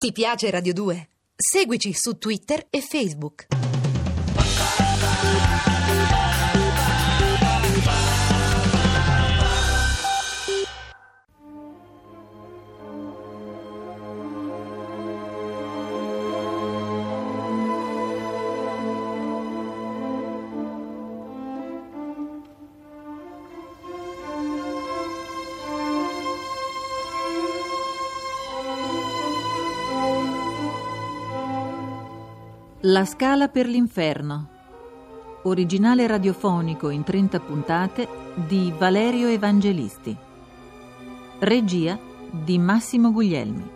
Ti piace Radio 2? Seguici su Twitter e Facebook. La scala per l'inferno. Originale radiofonico in 30 puntate di Valerio Evangelisti. Regia di Massimo Guglielmi.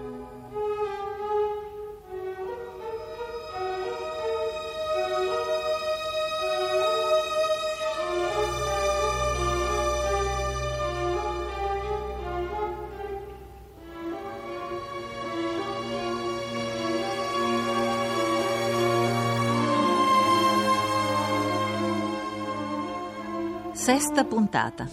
Sesta puntata.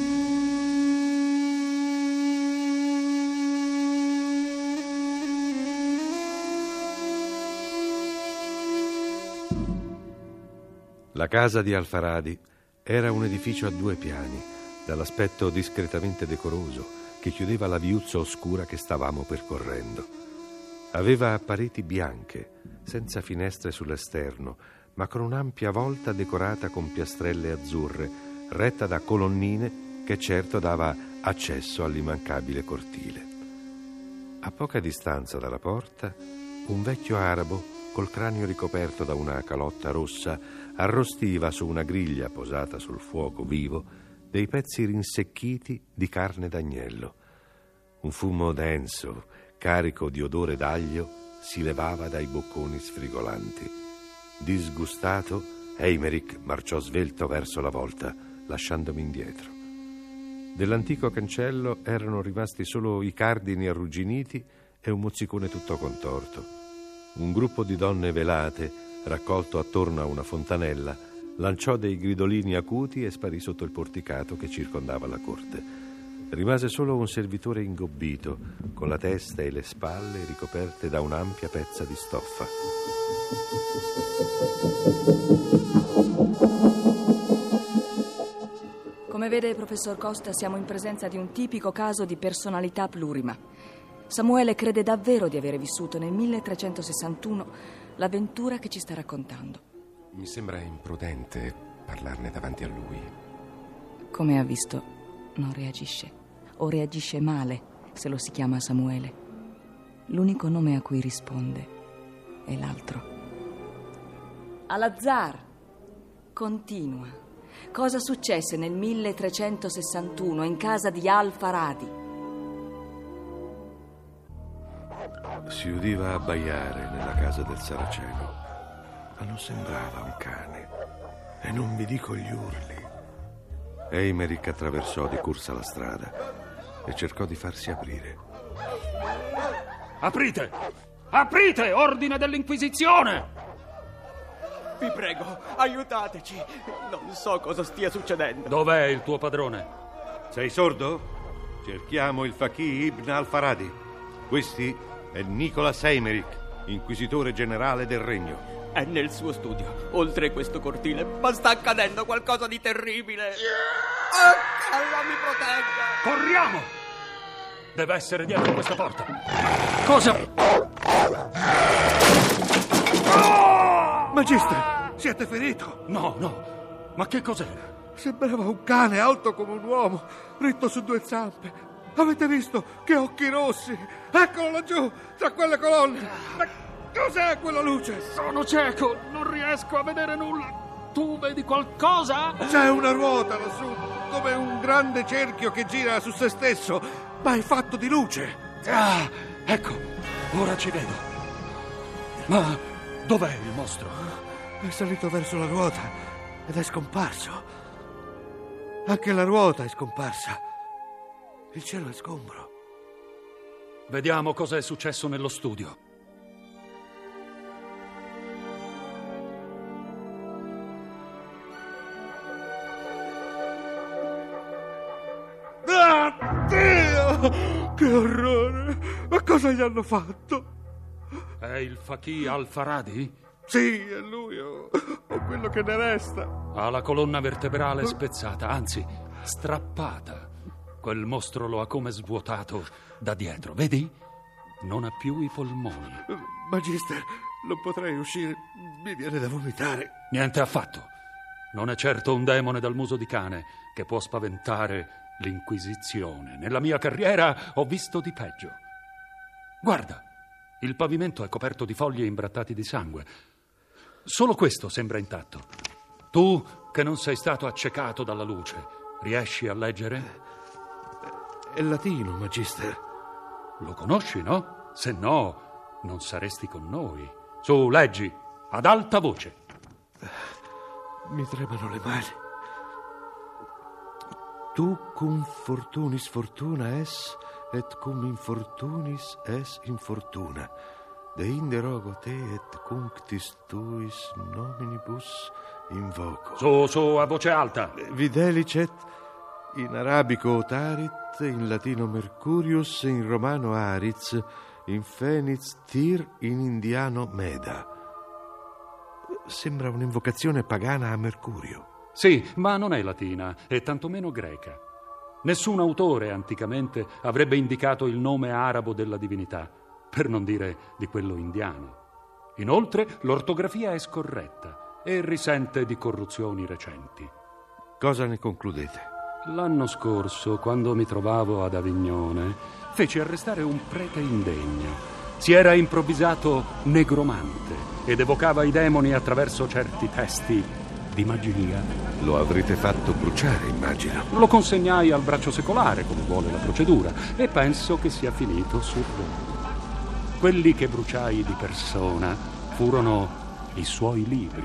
La casa di Alfaradi era un edificio a 2 piani, dall'aspetto discretamente decoroso, che chiudeva la viuzza oscura che stavamo percorrendo. Aveva pareti bianche, senza finestre sull'esterno, ma con un'ampia volta decorata con piastrelle azzurre, retta da colonnine che certo dava accesso all'immancabile cortile. A poca distanza dalla porta, un vecchio arabo, col cranio ricoperto da una calotta rossa, arrostiva su una griglia posata sul fuoco vivo dei pezzi rinsecchiti di carne d'agnello. Un fumo denso, carico di odore d'aglio, si levava dai bocconi sfrigolanti. Disgustato, Eymerich marciò svelto verso la volta, lasciandomi indietro. Dell'antico cancello erano rimasti solo i cardini arrugginiti e un mozzicone tutto contorto. Un gruppo di donne velate, raccolto attorno a una fontanella, lanciò dei gridolini acuti e sparì sotto il porticato che circondava la corte. Rimase solo un servitore ingobbito, con la testa e le spalle ricoperte da un'ampia pezza di stoffa. Come vede, professor Costa, siamo in presenza di un tipico caso di personalità plurima. Samuele crede davvero di avere vissuto nel 1361 l'avventura che ci sta raccontando. Mi sembra imprudente parlarne davanti a lui. Come ha visto, non reagisce. O reagisce male, se lo si chiama Samuele. L'unico nome a cui risponde è l'altro. Al-Azzar, continua. Cosa successe nel 1361 in casa di Al-Faradi? Si udiva abbaiare nella casa del Saraceno, ma non sembrava un cane, e non vi dico gli urli. Eymerich attraversò di corsa la strada e cercò di farsi aprire. Aprite! Aprite! Ordine dell'Inquisizione! Vi prego, aiutateci. Non so cosa stia succedendo. Dov'è il tuo padrone? Sei sordo? Cerchiamo il Faqih Ibn Al-Faradi. Questi è Nicolas Eymerich, inquisitore generale del regno. È nel suo studio, oltre questo cortile, ma sta accadendo qualcosa di terribile. Allah mi protegga. Corriamo! Deve essere dietro questa porta. Cosa? Magistre, siete ferito? No. Ma che cos'era? Sembrava un cane alto come un uomo, ritto su 2 zampe. Avete visto? Che occhi rossi! Eccolo laggiù, tra quelle colonne! Ma cos'è quella luce? Sono cieco, non riesco a vedere nulla. Tu vedi qualcosa? C'è una ruota lassù, come un grande cerchio che gira su se stesso, ma è fatto di luce. Ah, ecco, ora ci vedo. Ma dov'è il mostro? È salito verso la ruota ed è scomparso. Anche la ruota è scomparsa. Il cielo è sgombro. Vediamo cosa è successo nello studio. Ah, Dio! Che orrore! Ma cosa gli hanno fatto? È il Fakì Al-Faradi? Sì, è lui o quello che ne resta. Ha la colonna vertebrale spezzata, anzi, strappata. Quel mostro lo ha come svuotato da dietro, vedi? Non ha più i polmoni. Magister, non potrei uscire. Mi viene da vomitare. Niente affatto. Non è certo un demone dal muso di cane che può spaventare l'Inquisizione. Nella mia carriera ho visto di peggio. Guarda, il pavimento è coperto di foglie imbrattati di sangue. Solo questo sembra intatto. Tu, che non sei stato accecato dalla luce, riesci a leggere? È latino, Magister. Lo conosci, no? Se no, non saresti con noi. Su, leggi, ad alta voce. Mi tremano le mani. Tu cum fortunis fortuna es, et cum infortunis es infortuna. Deinde rogo te et cunctis tuis nominibus invoco. Su, a voce alta. Videlicet in arabico otarit, in latino mercurius, in romano ariz, in feniz tir, in indiano meda. Sembra un'invocazione pagana a Mercurio. Sì, ma non è latina e tantomeno greca. Nessun autore anticamente avrebbe indicato il nome arabo della divinità, per non dire di quello indiano. Inoltre, l'ortografia è scorretta e risente di corruzioni recenti. Cosa ne concludete? L'anno scorso, quando mi trovavo ad Avignone, feci arrestare un prete indegno. Si era improvvisato negromante ed evocava i demoni attraverso certi testi di magia. Lo avrete fatto bruciare, immagino. Lo consegnai al braccio secolare, come vuole la procedura, e penso che sia finito sul rogo. Quelli che bruciai di persona furono i suoi libri.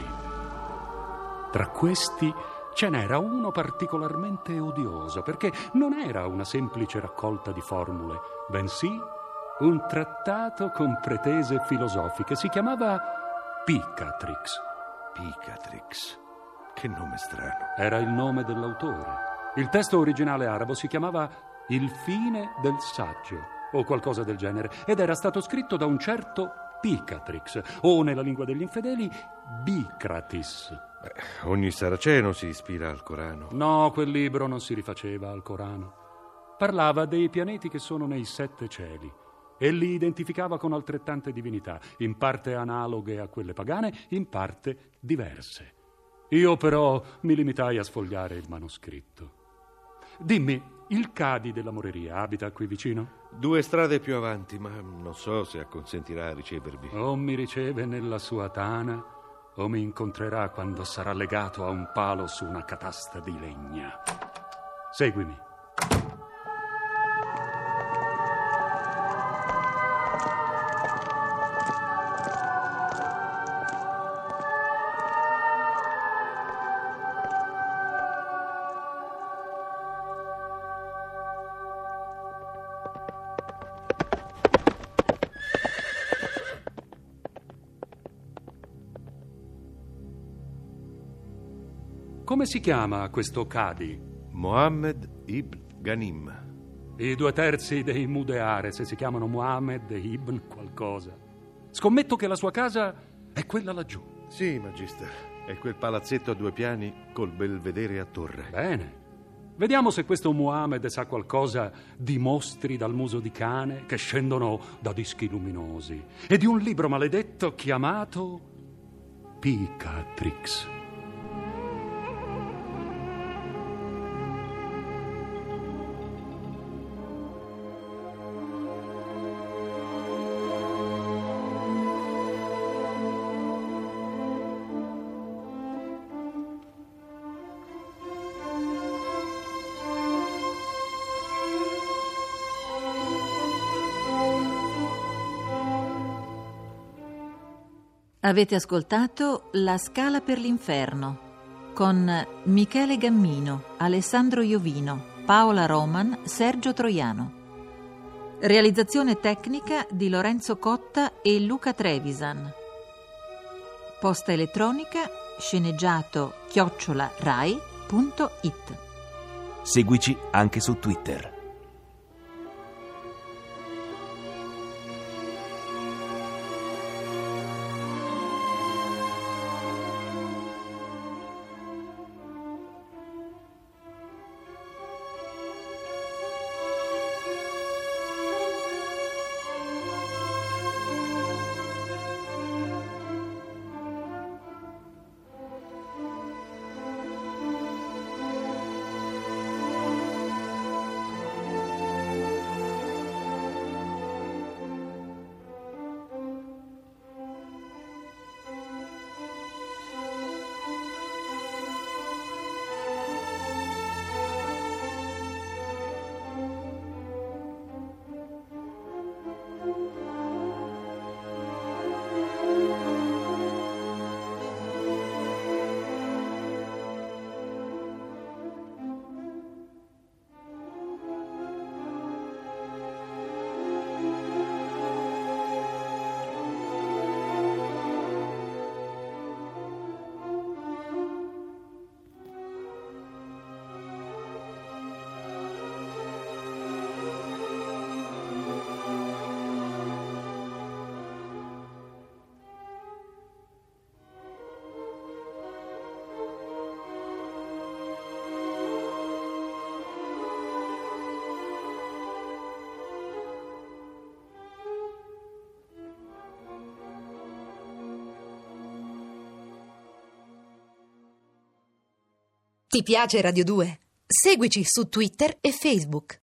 Tra questi ce n'era uno particolarmente odioso, perché non era una semplice raccolta di formule, bensì un trattato con pretese filosofiche. Si chiamava Picatrix. Picatrix. Che nome strano. Era il nome dell'autore. Il testo originale arabo si chiamava Il fine del saggio, o qualcosa del genere, ed era stato scritto da un certo Picatrix, o nella lingua degli infedeli, Bicratis. Ogni saraceno si ispira al Corano. No, quel libro non si rifaceva al Corano. Parlava dei pianeti che sono nei 7 cieli e li identificava con altrettante divinità, in parte analoghe a quelle pagane, in parte diverse. Io però mi limitai a sfogliare il manoscritto. Dimmi, il Cadi della Moreria abita qui vicino? 2 strade più avanti, ma non so se acconsentirà a ricevervi. O mi riceve nella sua tana, o mi incontrerà quando sarà legato a un palo su una catasta di legna. Seguimi. Come si chiama questo Cadi? Mohammed ibn Ghanim. I 2/3 dei Mudeare, se si chiamano Mohammed e Ibn qualcosa. Scommetto che la sua casa è quella laggiù. Sì, Magister. È quel palazzetto a 2 piani col belvedere a torre. Bene. Vediamo se questo Mohammed sa qualcosa di mostri dal muso di cane che scendono da dischi luminosi e di un libro maledetto chiamato Picatrix. Avete ascoltato La Scala per l'Inferno con Michele Gammino, Alessandro Iovino, Paola Roman, Sergio Troiano. Realizzazione tecnica di Lorenzo Cotta e Luca Trevisan. Posta elettronica sceneggiato@rai.it. Seguici anche su Twitter. Ti piace Radio 2? Seguici su Twitter e Facebook.